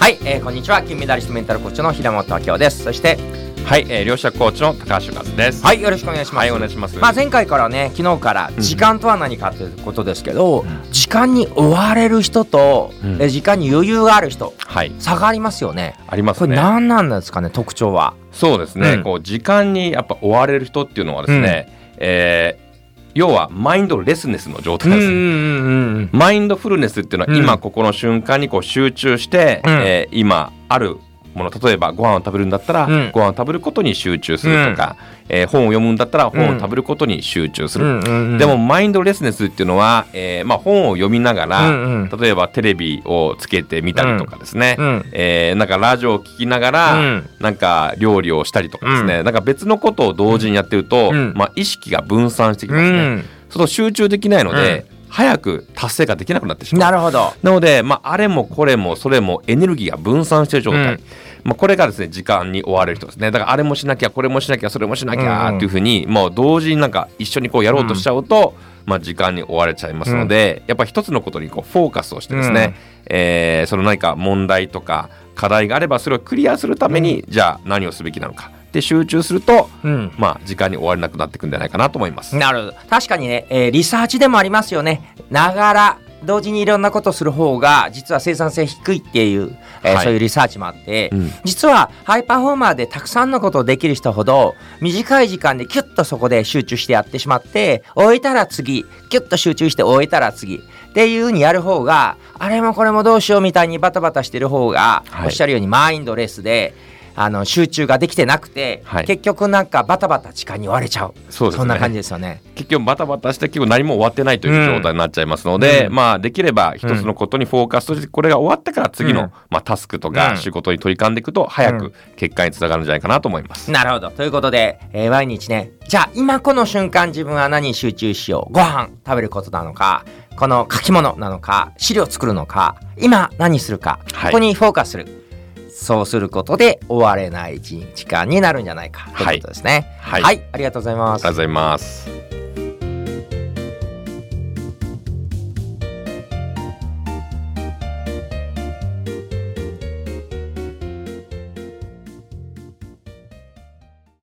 はい、こんにちは。金メダリストメンタルコーチの平本明夫です。そしてはい、両者コーチの高橋和です。 はい、よろしくお願いします。 はい、お願いします。 前回からね、昨日から時間とは何かということですけど、時間に追われる人と、時間に余裕がある人、差がありますよね。 ありますね。 これ何なんですかね、特徴は。 そうですね、こう時間にやっぱ追われる人っていうのはですね、要はマインドレスネスの状態です。マインドフルネスっていうのは今ここの瞬間にこう集中して、今あるもの、例えばご飯を食べるんだったら、ご飯を食べることに集中するとか、本を読むんだったら本を食べることに集中する、でもマインドレスネスっていうのは、本を読みながら、例えばテレビをつけてみたりとかですね、なんかラジオを聞きながら、なんか料理をしたりとかですね、なんか別のことを同時にやってると、意識が分散してきますね。その集中できないので、早く達成ができなくなってしまう。 なるほど。 なので、あれもこれもそれもエネルギーが分散している状態、これがですね時間に追われる人ですね。だからあれもしなきゃこれもしなきゃそれもしなきゃっていうふうに、もう同時になんか一緒にこうやろうとしちゃうと、時間に追われちゃいますので、やっぱり一つのことにこうフォーカスをしてですね、その何か問題とか課題があればそれをクリアするために、じゃあ何をすべきなのかで集中すると、時間に追われなくなっていくんじゃないかなと思います。 なるほど。確かにね、リサーチでもありますよね。ながら同時にいろんなことをする方が実は生産性低いっていう、そういうリサーチもあって、実はハイパフォーマーでたくさんのことをできる人ほど短い時間でキュッとそこで集中してやってしまって、終えたら次、キュッと集中して終えたら次っていう風にやる方が、あれもこれもどうしようみたいにバタバタしてる方が、おっしゃるようにマインドレスで集中ができてなくて、結局なんかバタバタ時間に追われちゃう。そんな感じですよね。 結局バタバタして結構何も終わってないという状態になっちゃいますので、できれば一つのことにフォーカスとして、これが終わってから次の、タスクとか仕事に取り組んでいくと早く結果につながるんじゃないかなと思います。 なるほど。ということで、毎日ね、じゃあ今この瞬間自分は何に集中しよう。ご飯食べることなのか、この書き物なのか、資料作るのか、今何するか、ここにフォーカスする。そうすることで終われない時間になるんじゃないかということですね。はい、ありがとうございます。 ありがとうございます。